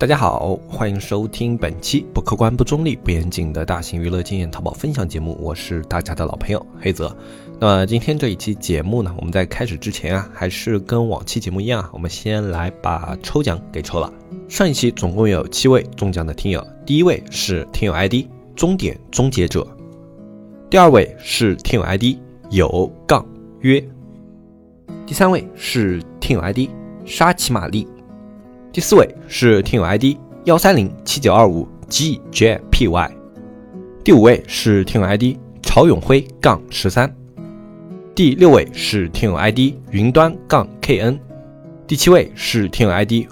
大家好，欢迎收听本期不客观、不中立、不严谨的大型娱乐经验淘宝分享节目，我是大家的老朋友黑泽。那么今天这一期节目呢，我们在开始之前还是跟往期节目一样，我们先来把抽奖给抽了。上一期总共有7位中奖的听友，第一位是听友 ID 终点终结者，第二位是听友 ID 有-约，第三位是听友 ID 沙琪玛丽，第四位是听友 ID 1307925GJPY， 第五位是听友 ID 曹永辉-13，第六位是听友 ID 云端-KN， 第七位是听友 ID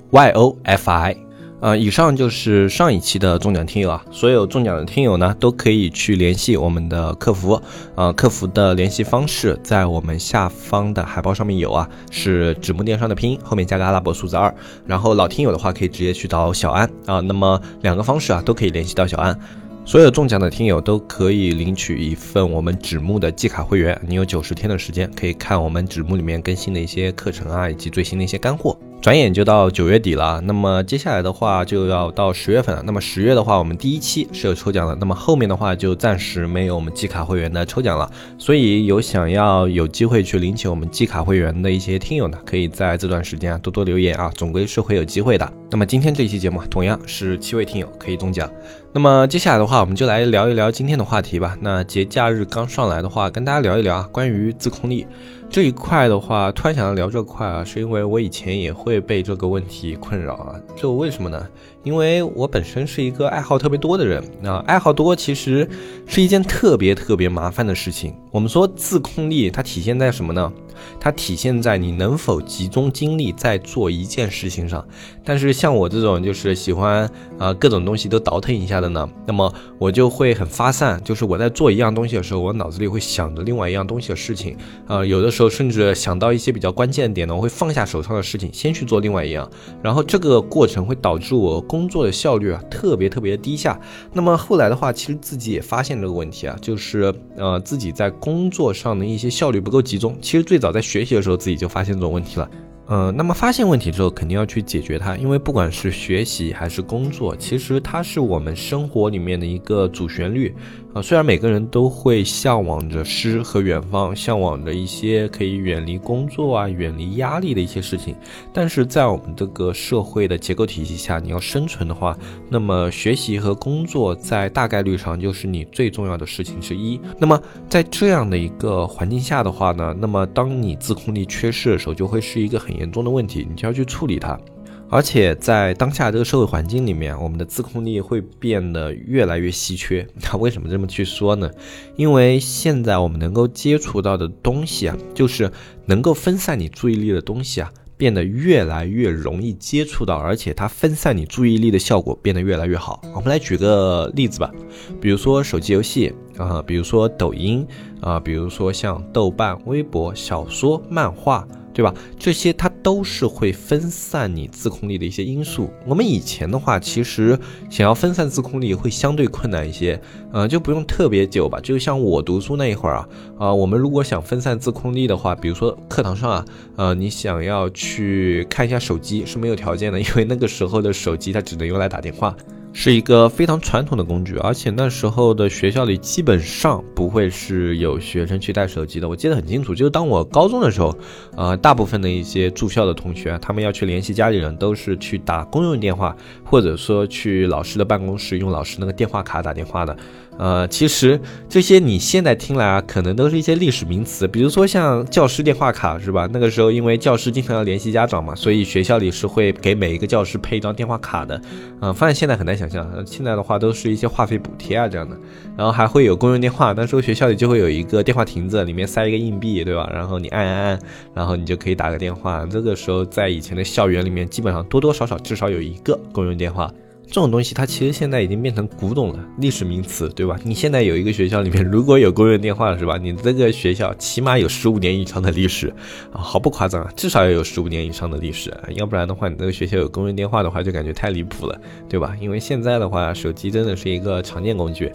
YOFI。以上就是上一期的中奖听友啊，所有中奖的听友呢都可以去联系我们的客服，客服的联系方式在我们下方的海报上面有啊，是纸木电商的拼音后面加个阿拉伯数字2，然后老听友的话可以直接去找小安啊，那么两个方式啊都可以联系到小安。所有中奖的听友都可以领取一份我们纸木的季卡会员，你有90天的时间可以看我们纸木里面更新的一些课程啊，以及最新的一些干货。转眼就到9月底了，那么接下来的话就要到10月份了。那么10月的话，我们第一期是有抽奖的，那么后面的话就暂时没有我们季卡会员的抽奖了。所以有机会去领取我们季卡会员的一些听友呢，可以在这段时间多多留言啊，总归是会有机会的。那么今天这一期节目同样是7位听友可以中奖。那么接下来的话，我们就来聊一聊今天的话题吧。那节假日刚上来的话，跟大家聊一聊啊，关于自控力这一块的话，突然想要聊这块啊，是因为我以前也会被这个问题困扰啊。这为什么呢？因为我本身是一个爱好特别多的人，爱好多其实是一件特别麻烦的事情。我们说自控力它体现在什么呢？它体现在你能否集中精力在做一件事情上。但是像我这种就是喜欢各种东西都倒腾一下的呢，那么我就会很发散，就是我在做一样东西的时候，我脑子里会想着另外一样东西的事情，有的时候甚至想到一些比较关键的点呢，我会放下手上的事情，先去做另外一样，然后这个过程会导致我工作的效率特别的低下。那么后来的话，其实自己也发现这个问题啊，就是自己在工作上的一些效率不够集中。其实最早在学习的时候自己就发现这种问题了。那么发现问题之后肯定要去解决它，因为不管是学习还是工作，其实它是我们生活里面的一个主旋律虽然每个人都会向往着诗和远方，向往着一些可以远离工作远离压力的一些事情，但是在我们这个社会的结构体系下，你要生存的话，那么学习和工作在大概率上就是你最重要的事情之一。那么在这样的一个环境下的话呢，那么当你自控力缺失的时候，就会是一个很严重的问题，你就要去处理它。而且在当下这个社会环境里面，我们的自控力会变得越来越稀缺。那为什么这么去说呢？因为现在我们能够接触到的东西就是能够分散你注意力的东西变得越来越容易接触到，而且它分散你注意力的效果变得越来越好。我们来举个例子吧，比如说手机游戏比如说抖音比如说像豆瓣、微博、小说、漫画，对吧？这些它都是会分散你自控力的一些因素。我们以前的话，其实想要分散自控力会相对困难一些，就不用特别久吧。就像我读书那一会儿我们如果想分散自控力的话，比如说课堂上你想要去看一下手机是没有条件的，因为那个时候的手机它只能用来打电话，是一个非常传统的工具，而且那时候的学校里基本上不会是有学生去带手机的。我记得很清楚，就是当我高中的时候大部分的一些住校的同学他们要去联系家里人，都是去打公用电话，或者说去老师的办公室用老师那个电话卡打电话的。其实这些你现在听来可能都是一些历史名词，比如说像教师电话卡，是吧？那个时候因为教师经常要联系家长嘛，所以学校里是会给每一个教师配一张电话卡的。发现现在很难想象，现在的话都是一些话费补贴这样的，然后还会有公用电话，那时候学校里就会有一个电话亭子，里面塞一个硬币，对吧？然后你按，然后你就可以打个电话。这个时候在以前的校园里面，基本上多多少少至少有一个公用电话。这种东西它其实现在已经变成古董了，历史名词，对吧？你现在有一个学校里面如果有公用电话了，是吧？你这个学校起码有15年以上的历史毫不夸张至少要有15年以上的历史要不然的话你这个学校有公用电话的话就感觉太离谱了，对吧？因为现在的话手机真的是一个常见工具。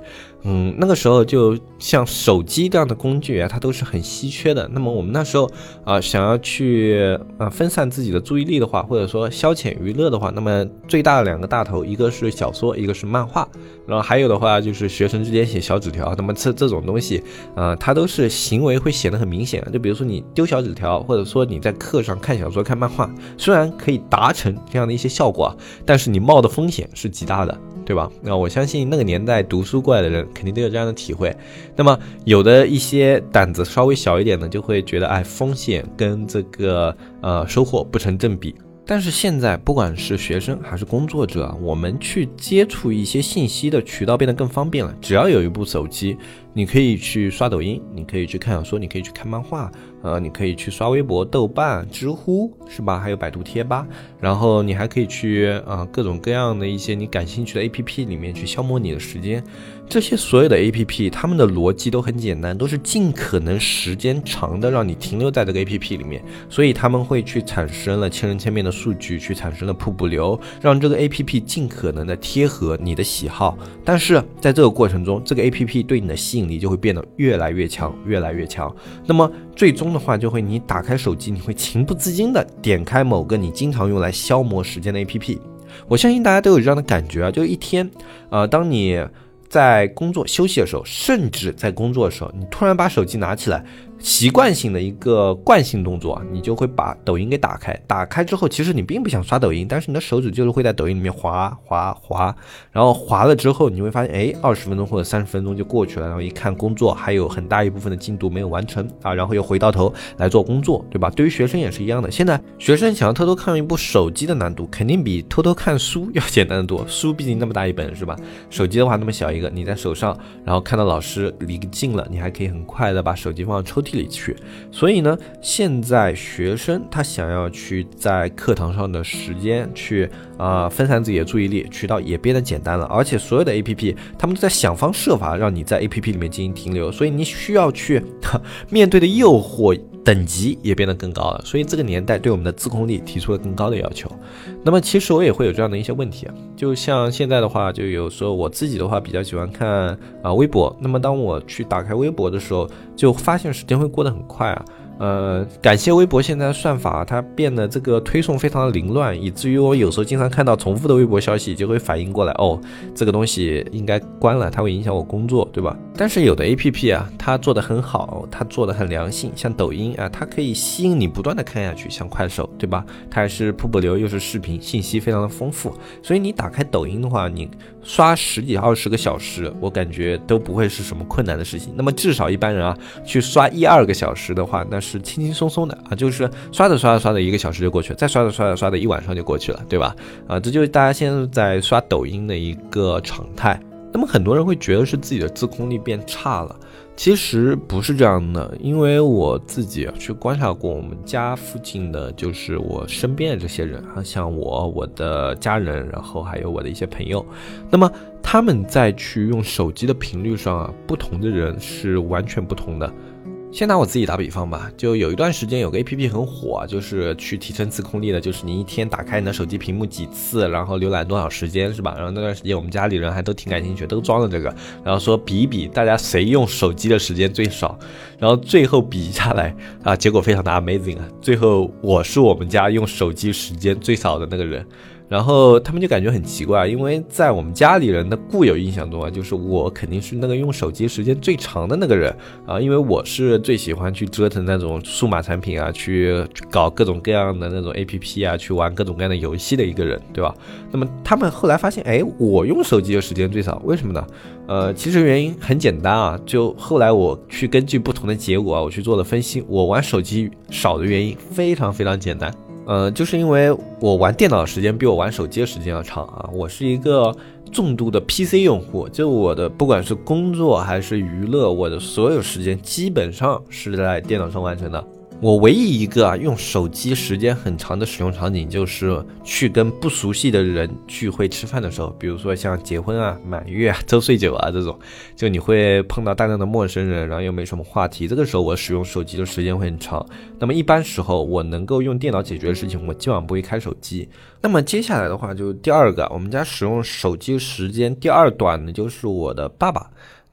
那个时候就像手机这样的工具啊，它都是很稀缺的。那么我们那时候想要去分散自己的注意力的话，或者说消遣娱乐的话，那么最大的两个大头，一个是小说，一个是漫画，然后还有的话就是学生之间写小纸条。那么这种东西它都是行为会显得很明显。就比如说你丢小纸条，或者说你在课上看小说看漫画，虽然可以达成这样的一些效果，但是你冒的风险是极大的，对吧？那我相信那个年代读书过来的人肯定都有这样的体会。那么有的一些胆子稍微小一点的就会觉得风险跟这个收获不成正比。但是现在不管是学生还是工作者，我们去接触一些信息的渠道变得更方便了。只要有一部手机，你可以去刷抖音，你可以去看小说，你可以去看漫画，你可以去刷微博、豆瓣、知乎，是吧？还有百度贴吧，然后你还可以去各种各样的一些你感兴趣的 APP 里面去消磨你的时间。这些所有的 APP 他们的逻辑都很简单，都是尽可能时间长的让你停留在这个 APP 里面，所以他们会去产生了千人千面的数据，去产生了瀑布流，让这个 APP 尽可能的贴合你的喜好。但是在这个过程中，这个 APP 对你的吸引力就会变得越来越强，越来越强。那么最终的话，就会你打开手机，你会情不自禁的点开某个你经常用来消磨时间的 APP。我相信大家都有这样的感觉就一天当你在工作休息的时候，甚至在工作的时候，你突然把手机拿起来，习惯性的一个惯性动作你就会把抖音给打开。打开之后，其实你并不想刷抖音，但是你的手指就是会在抖音里面滑，然后滑了之后，你会发现20分钟或者30分钟就过去了，然后一看工作还有很大一部分的进度没有完成然后又回到头来做工作，对吧？对于学生也是一样的。现在学生想要偷偷看一部手机的难度肯定比偷偷看书要简单得多，书毕竟那么大一本，是吧？手机的话那么小一个，你在手上，然后看到老师离近了，你还可以很快的把手机放到抽屉里去。所以呢，现在学生他想要去在课堂上的时间去分散自己的注意力，渠道也变得简单了，而且所有的 APP 他们都在想方设法让你在 APP 里面进行停留，所以你需要去面对的诱惑等级也变得更高了。所以这个年代对我们的自控力提出了更高的要求。那么其实我也会有这样的一些问题就像现在的话，就有时候我自己的话比较喜欢看微博，那么当我去打开微博的时候，就发现时间会过得很快感谢微博现在的算法它变得这个推送非常的凌乱，以至于我有时候经常看到重复的微博消息，就会反应过来这个东西应该关了，它会影响我工作，对吧？但是有的 APP 它做得很好，它做得很良性，像抖音它可以吸引你不断的看下去，像快手，对吧？它也是瀑布流，又是视频，信息非常的丰富，所以你打开抖音的话，你刷10几20个小时，我感觉都不会是什么困难的事情。那么至少一般人去刷1-2个小时的话，那是轻轻松松的就是刷着1个小时就过去了，再刷着一晚上就过去了，对吧？这就是大家现在在刷抖音的一个常态。那么很多人会觉得是自己的自控力变差了，其实不是这样的，因为我自己去观察过我们家附近的，就是我身边的这些人像我的家人，然后还有我的一些朋友，那么他们在去用手机的频率上不同的人是完全不同的。先拿我自己打比方吧，就有一段时间有个 APP 很火就是去提升自控力的，就是你一天打开你的手机屏幕几次，然后浏览多少时间，是吧？然后那段时间我们家里人还都挺感兴趣，都装了这个，然后说比一比大家谁用手机的时间最少，然后最后比下来结果非常的 amazing 最后我是我们家用手机时间最少的那个人。然后他们就感觉很奇怪，因为在我们家里人的固有印象中就是我肯定是那个用手机时间最长的那个人因为我是最喜欢去折腾那种数码产品去搞各种各样的那种 APP 去玩各种各样的游戏的一个人，对吧？那么他们后来发现我用手机的时间最少，为什么呢？其实原因很简单就后来我去根据不同的结果我去做了分析，我玩手机少的原因非常非常简单。就是因为我玩电脑的时间比我玩手机的时间要长我是一个重度的 PC 用户，就我的不管是工作还是娱乐，我的所有时间基本上是在电脑上完成的。我唯一一个用手机时间很长的使用场景，就是去跟不熟悉的人聚会吃饭的时候，比如说像结婚满月周岁酒这种，就你会碰到大量的陌生人，然后又没什么话题，这个时候我使用手机的时间会很长。那么一般时候我能够用电脑解决的事情，我基本上不会开手机。那么接下来的话，就第二个我们家使用手机时间第二短的就是我的爸爸。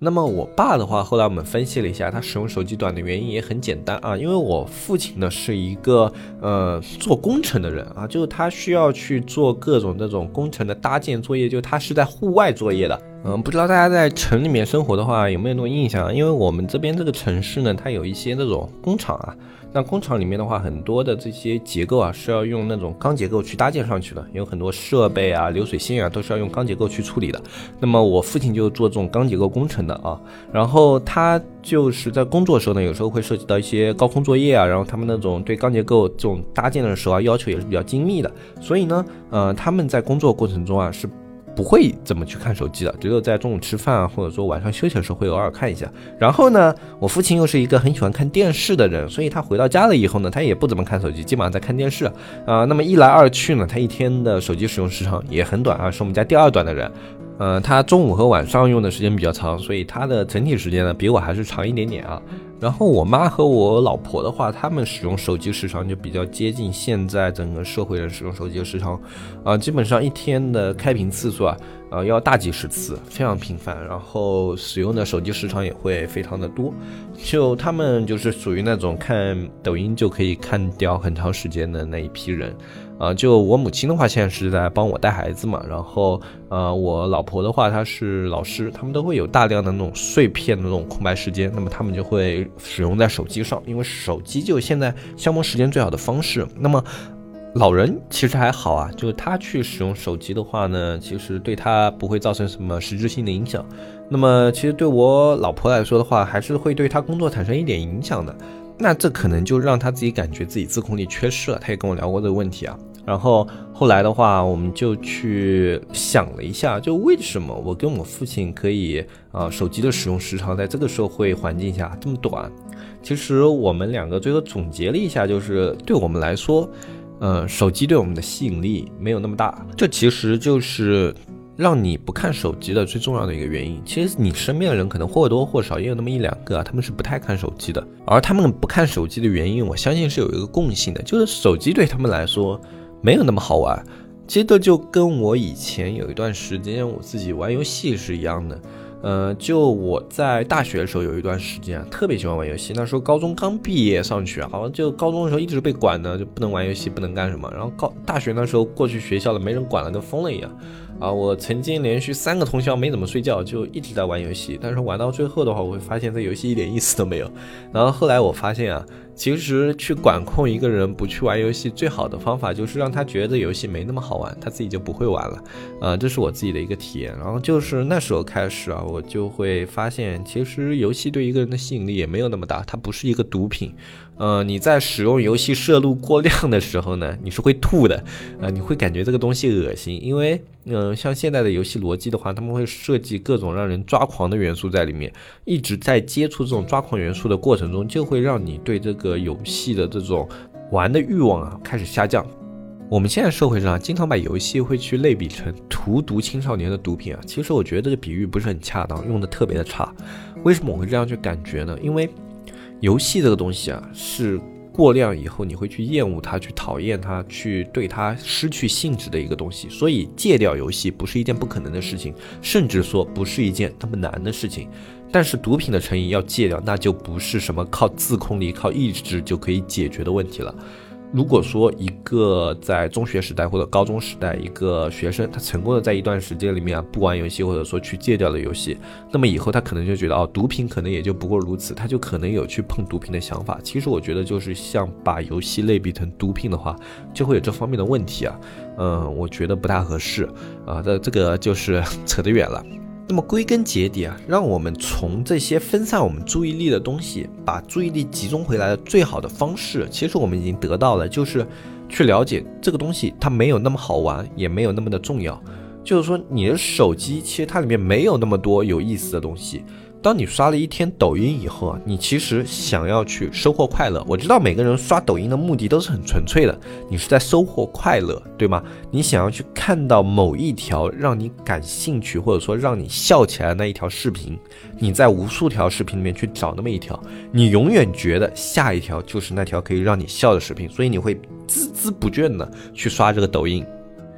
那么我爸的话，后来我们分析了一下，他使用手机短的原因也很简单啊，因为我父亲呢是一个做工程的人啊，就是他需要去做各种这种工程的搭建作业，就他是在户外作业的。不知道大家在城里面生活的话有没有那种印象？因为我们这边这个城市呢，它有一些那种工厂啊，那工厂里面的话，很多的这些结构啊是要用那种钢结构去搭建上去的，有很多设备啊、流水线啊都是要用钢结构去处理的。那么我父亲就做这种钢结构工程的啊，然后他就是在工作的时候呢，有时候会涉及到一些高空作业啊，然后他们那种对钢结构这种搭建的时候啊，要求也是比较精密的，所以呢，他们在工作过程中啊是不会怎么去看手机的，只有在中午吃饭啊，或者说晚上休息的时候会偶尔看一下。然后呢，我父亲又是一个很喜欢看电视的人，所以他回到家了以后呢，他也不怎么看手机，基本上在看电视那么一来二去呢，他一天的手机使用时长也很短啊，是我们家第二短的人。他中午和晚上用的时间比较长，所以他的整体时间呢比我还是长一点点啊。然后我妈和我老婆的话，他们使用手机时长就比较接近现在整个社会人使用手机的时长基本上一天的开屏次数要大几十次，非常频繁，然后使用的手机时长也会非常的多。就他们就是属于那种看抖音就可以看掉很长时间的那一批人就我母亲的话现在是在帮我带孩子嘛，然后我老婆的话她是老师，他们都会有大量的那种碎片的那种空白时间，那么他们就会使用在手机上，因为手机就是现在消磨时间最好的方式。那么老人其实还好啊，就是他去使用手机的话呢，其实对他不会造成什么实质性的影响。那么其实对我老婆来说的话，还是会对他工作产生一点影响的。那这可能就让他自己感觉自己自控力缺失了，他也跟我聊过这个问题啊。然后后来的话，我们就去想了一下，就为什么我跟我父亲可以手机的使用时长在这个社会环境下这么短。其实我们两个最后总结了一下，就是对我们来说手机对我们的吸引力没有那么大，这其实就是让你不看手机的最重要的一个原因。其实你身边的人可能或多或少也有那么一两个他们是不太看手机的，而他们不看手机的原因，我相信是有一个共性的，就是手机对他们来说没有那么好玩。其实这就跟我以前有一段时间我自己玩游戏是一样的。就我在大学的时候有一段时间特别喜欢玩游戏，那时候高中刚毕业上去好像就高中的时候一直被管呢，就不能玩游戏，不能干什么。然后大学那时候过去学校了，没人管了，跟疯了一样我曾经连续3个通宵没怎么睡觉，就一直在玩游戏。但是玩到最后的话，我会发现这游戏一点意思都没有。然后后来我发现其实去管控一个人不去玩游戏最好的方法就是让他觉得游戏没那么好玩，他自己就不会玩了这是我自己的一个体验。然后就是那时候开始我就会发现其实游戏对一个人的吸引力也没有那么大，它不是一个毒品你在使用游戏摄入过量的时候呢，你是会吐的你会感觉这个东西恶心，因为像现在的游戏逻辑的话，他们会设计各种让人抓狂的元素在里面，一直在接触这种抓狂元素的过程中，就会让你对这个游戏的这种玩的欲望开始下降。我们现在社会上经常把游戏会去类比成荼毒青少年的毒品其实我觉得这个比喻不是很恰当，用的特别的差。为什么我会这样去感觉呢？因为游戏这个东西是过量以后你会去厌恶它，去讨厌它，去对它失去兴致的一个东西，所以戒掉游戏不是一件不可能的事情，甚至说不是一件那么难的事情。但是毒品的成瘾要戒掉，那就不是什么靠自控力靠意志就可以解决的问题了。如果说一个在中学时代或者高中时代一个学生他成功的在一段时间里面不玩游戏，或者说去戒掉了游戏，那么以后他可能就觉得毒品可能也就不过如此，他就可能有去碰毒品的想法。其实我觉得就是像把游戏类比成毒品的话，就会有这方面的问题我觉得不大合适这个就是扯得远了。那么归根结底让我们从这些分散我们注意力的东西把注意力集中回来的最好的方式，其实我们已经得到了，就是去了解这个东西它没有那么好玩，也没有那么的重要。就是说你的手机其实它里面没有那么多有意思的东西，当你刷了一天抖音以后你其实想要去收获快乐。我知道每个人刷抖音的目的都是很纯粹的，你是在收获快乐，对吗？你想要去看到某一条让你感兴趣或者说让你笑起来的那一条视频，你在无数条视频里面去找那么一条，你永远觉得下一条就是那条可以让你笑的视频，所以你会孜孜不倦的去刷这个抖音。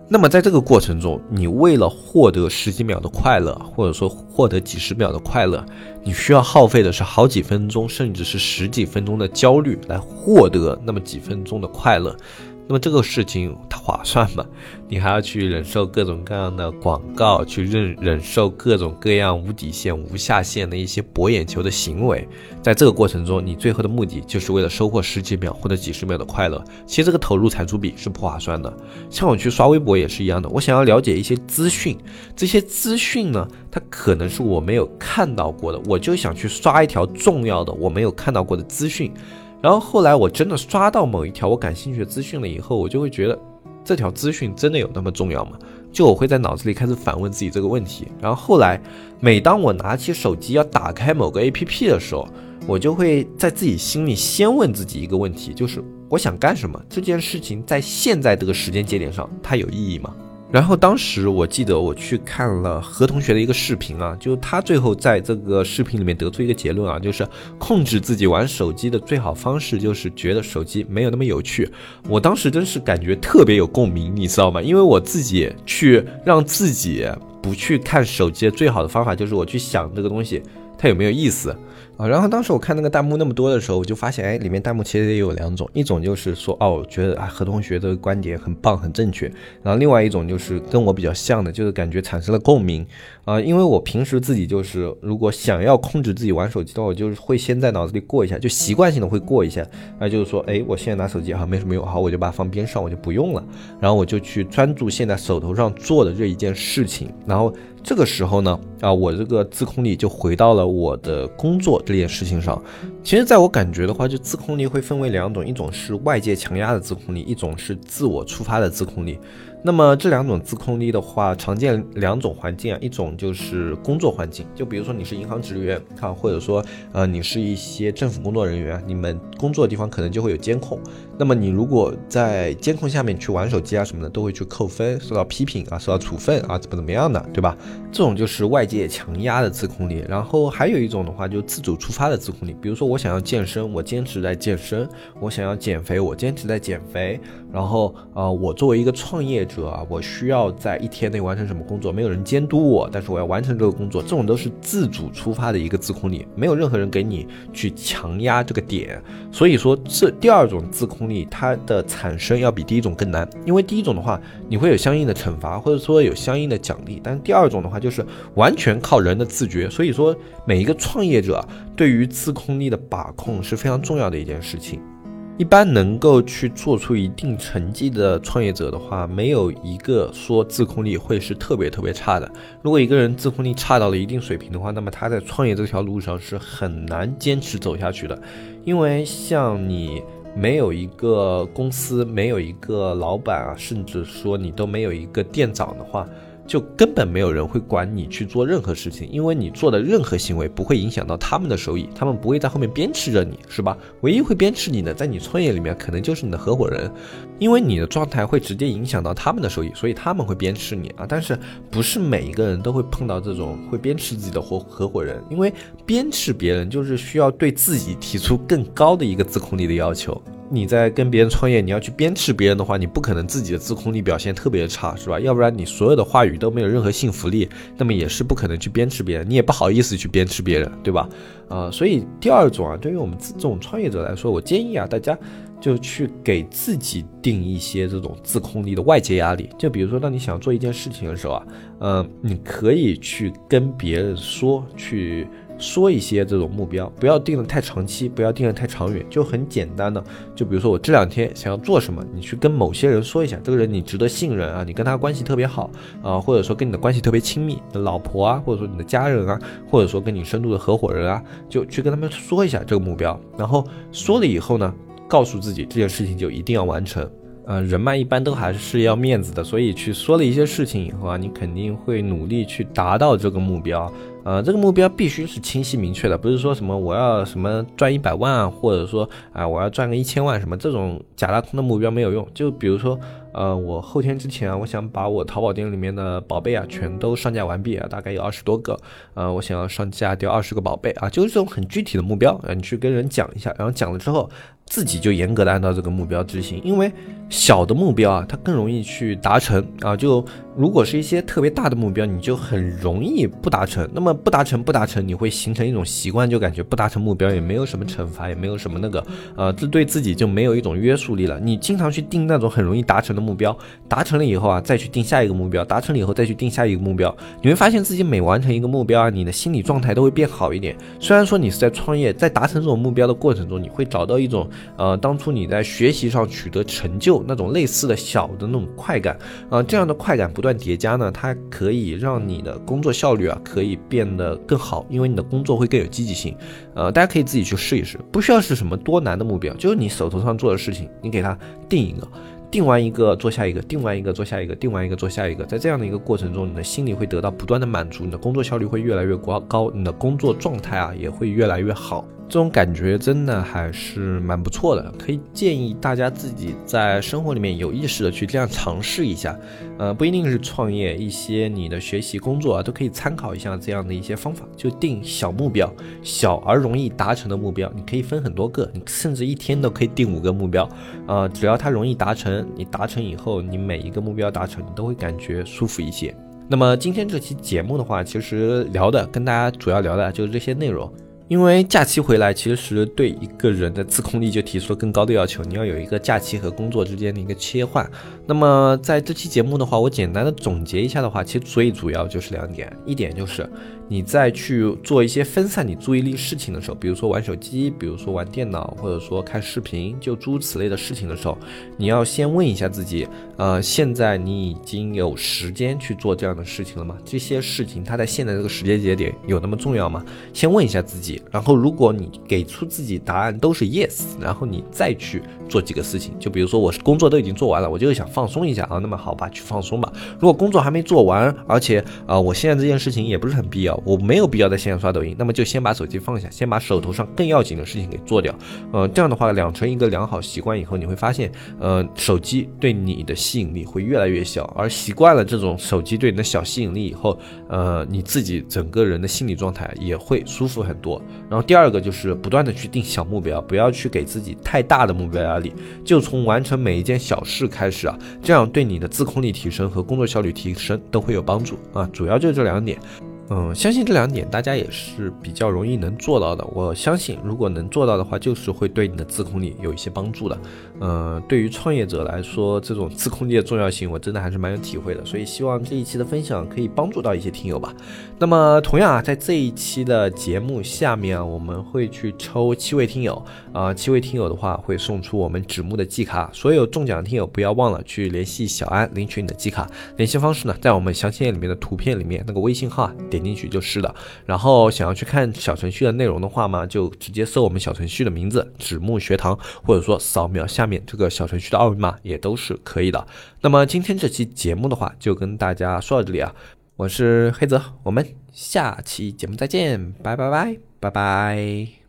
那么在这个过程中，你为了获得十几秒的快乐，或者说获得几十秒的快乐，你需要耗费的是好几分钟，甚至是十几分钟的焦虑来获得那么几分钟的快乐。那么这个事情它划算吗？你还要去忍受各种各样的广告，去忍受各种各样无底线无下限的一些博眼球的行为，在这个过程中，你最后的目的就是为了收获十几秒或者几十秒的快乐。其实这个投入产出比是不划算的。像我去刷微博也是一样的，我想要了解一些资讯，这些资讯呢，它可能是我没有看到过的，我就想去刷一条重要的我没有看到过的资讯。然后后来我真的刷到某一条我感兴趣的资讯了以后，我就会觉得这条资讯真的有那么重要吗？就我会在脑子里开始反问自己这个问题。然后后来每当我拿起手机要打开某个 APP 的时候，我就会在自己心里先问自己一个问题，就是我想干什么？这件事情在现在这个时间节点上它有意义吗？然后当时我记得我去看了何同学的一个视频啊，就他最后在这个视频里面得出一个结论啊，就是控制自己玩手机的最好方式就是觉得手机没有那么有趣。我当时真是感觉特别有共鸣，你知道吗？因为我自己去让自己不去看手机的最好的方法就是我去想这个东西它有没有意思啊。然后当时我看那个弹幕那么多的时候，我就发现里面弹幕其实也有两种，一种就是说我觉得何同学的观点很棒很正确，然后另外一种就是跟我比较像的，就是感觉产生了共鸣因为我平时自己就是如果想要控制自己玩手机的话，我就是会先在脑子里过一下，就习惯性的会过一下就是说我现在拿手机没什么用，好，我就把它放边上，我就不用了，然后我就去专注现在手头上做的这一件事情。然后这个时候呢我这个自控力就回到了我的工作这件事情上。其实在我感觉的话，就自控力会分为两种，一种是外界强压的自控力，一种是自我触发的自控力。那么这两种自控力的话，常见两种环境一种就是工作环境，就比如说你是银行职员或者说你是一些政府工作人员，你们工作的地方可能就会有监控，那么你如果在监控下面去玩手机什么的，都会去扣分，受到批评受到处分怎么样的，对吧？这种就是外界强压的自控力。然后还有一种的话，就自主触发的自控力，比如说我想要健身，我坚持在健身；我想要减肥，我坚持在减肥。然后我作为一个创业者我需要在一天内完成什么工作，没有人监督我，但是我要完成这个工作，这种都是自主触发的一个自控力，没有任何人给你去强压这个点。所以说这第二种自控力它的产生要比第一种更难，因为第一种的话你会有相应的惩罚，或者说有相应的奖励，但是第二种的话就是完全靠人的自觉。所以说每一个创业者对于自控力的把控是非常重要的一件事情。一般能够去做出一定成绩的创业者的话，没有一个说自控力会是特别特别差的。如果一个人自控力差到了一定水平的话，那么他在创业这条路上是很难坚持走下去的。因为像你没有一个公司，没有一个老板甚至说你都没有一个店长的话，就根本没有人会管你去做任何事情，因为你做的任何行为不会影响到他们的收益，他们不会在后面鞭笞着你，是吧？唯一会鞭笞你的，在你创业里面可能就是你的合伙人，因为你的状态会直接影响到他们的收益，所以他们会鞭笞你但是不是每一个人都会碰到这种会鞭笞自己的合伙人，因为鞭笞别人就是需要对自己提出更高的一个自控力的要求。你在跟别人创业，你要去鞭笞别人的话，你不可能自己的自控力表现特别差，是吧？要不然你所有的话语都没有任何信服力，那么也是不可能去鞭笞别人，你也不好意思去鞭笞别人，对吧？所以第二种对于我们这种创业者来说，我建议大家就去给自己定一些这种自控力的外界压力。就比如说当你想做一件事情的时候你可以去跟别人说一些这种目标，不要定得太长期，不要定得太长远，就很简单的，就比如说我这2天想要做什么，你去跟某些人说一下，这个人你值得信任你跟他关系特别好或者说跟你的关系特别亲密，你的老婆或者说你的家人或者说跟你深度的合伙人就去跟他们说一下这个目标，然后说了以后呢，告诉自己这件事情就一定要完成。人嘛一般都还是要面子的，所以去说了一些事情以后你肯定会努力去达到这个目标。这个目标必须是清晰明确的，不是说什么我要什么赚100万或者说我要赚个1000万什么，这种假大空的目标没有用。就比如说我后天之前我想把我淘宝店里面的宝贝全都上架完毕大概有20多个我想要上架掉20个宝贝就是这种很具体的目标你去跟人讲一下，然后讲了之后自己就严格的按照这个目标执行，因为小的目标啊，它更容易去达成啊。就如果是一些特别大的目标，你就很容易不达成。那么不达成，你会形成一种习惯，就感觉不达成目标也没有什么惩罚，也没有什么那个，这对自己就没有一种约束力了。你经常去定那种很容易达成的目标，达成了以后啊，再去定下一个目标，达成了以后再去定下一个目标，你会发现自己每完成一个目标啊，你的心理状态都会变好一点。虽然说你是在创业，在达成这种目标的过程中，你会找到一种当初你在学习上取得成就那种类似的小的那种快感，这样的快感不断叠加呢，它可以让你的工作效率啊可以变得更好，因为你的工作会更有积极性。大家可以自己去试一试，不需要是什么多难的目标，就是你手头上做的事情，你给它定一个。定完一个做下一个，定完一个做下一个，定完一个做下一个，在这样的一个过程中，你的心里会得到不断的满足，你的工作效率会越来越高，你的工作状态啊也会越来越好。这种感觉真的还是蛮不错的，可以建议大家自己在生活里面有意识的去这样尝试一下。不一定是创业，一些你的学习工作啊都可以参考一下这样的一些方法，就定小目标，小而容易达成的目标，你可以分很多个，你甚至一天都可以定5个目标，只要它容易达成，你达成以后，你每一个目标达成，你都会感觉舒服一些。那么今天这期节目的话，其实跟大家主要聊的就是这些内容。因为假期回来，其实对一个人的自控力就提出了更高的要求，你要有一个假期和工作之间的一个切换。那么在这期节目的话，我简单的总结一下的话，其实最主要就是2点，一点就是你在去做一些分散你注意力事情的时候，比如说玩手机，比如说玩电脑，或者说看视频，就诸如此类的事情的时候，你要先问一下自己，现在你已经有时间去做这样的事情了吗？这些事情它在现在这个时间节点有那么重要吗？先问一下自己。然后如果你给出自己答案都是 yes， 然后你再去做几个事情，就比如说我工作都已经做完了，我就是想放松一下啊，那么好吧，去放松吧。如果工作还没做完，而且我现在这件事情也不是很必要，我没有必要在线上刷抖音，那么就先把手机放下，先把手头上更要紧的事情给做掉。这样的话养成一个良好习惯以后，你会发现手机对你的吸引力会越来越小，而习惯了这种手机对你的小吸引力以后，你自己整个人的心理状态也会舒服很多。然后第二个就是不断的去定小目标，不要去给自己太大的目标压力，就从完成每一件小事开始啊，这样对你的自控力提升和工作效率提升都会有帮助啊，主要就是这2点。相信这2点大家也是比较容易能做到的。我相信如果能做到的话，就是会对你的自控力有一些帮助的。对于创业者来说，这种自控力的重要性我真的还是蛮有体会的，所以希望这一期的分享可以帮助到一些听友吧。那么同样啊，在这一期的节目下面啊，我们会去抽7位听友7位听友的话会送出我们纸木的季卡，所有中奖的听友不要忘了去联系小安领取你的季卡。联系方式呢，在我们详情页里面的图片里面那个微信号点进去就是的。然后想要去看小程序的内容的话嘛，就直接搜我们小程序的名字纸木学堂，或者说扫描下面这个小程序的2维码也都是可以的。那么今天这期节目的话就跟大家说到这里啊，我是黑泽，我们下期节目再见，拜拜拜拜拜拜。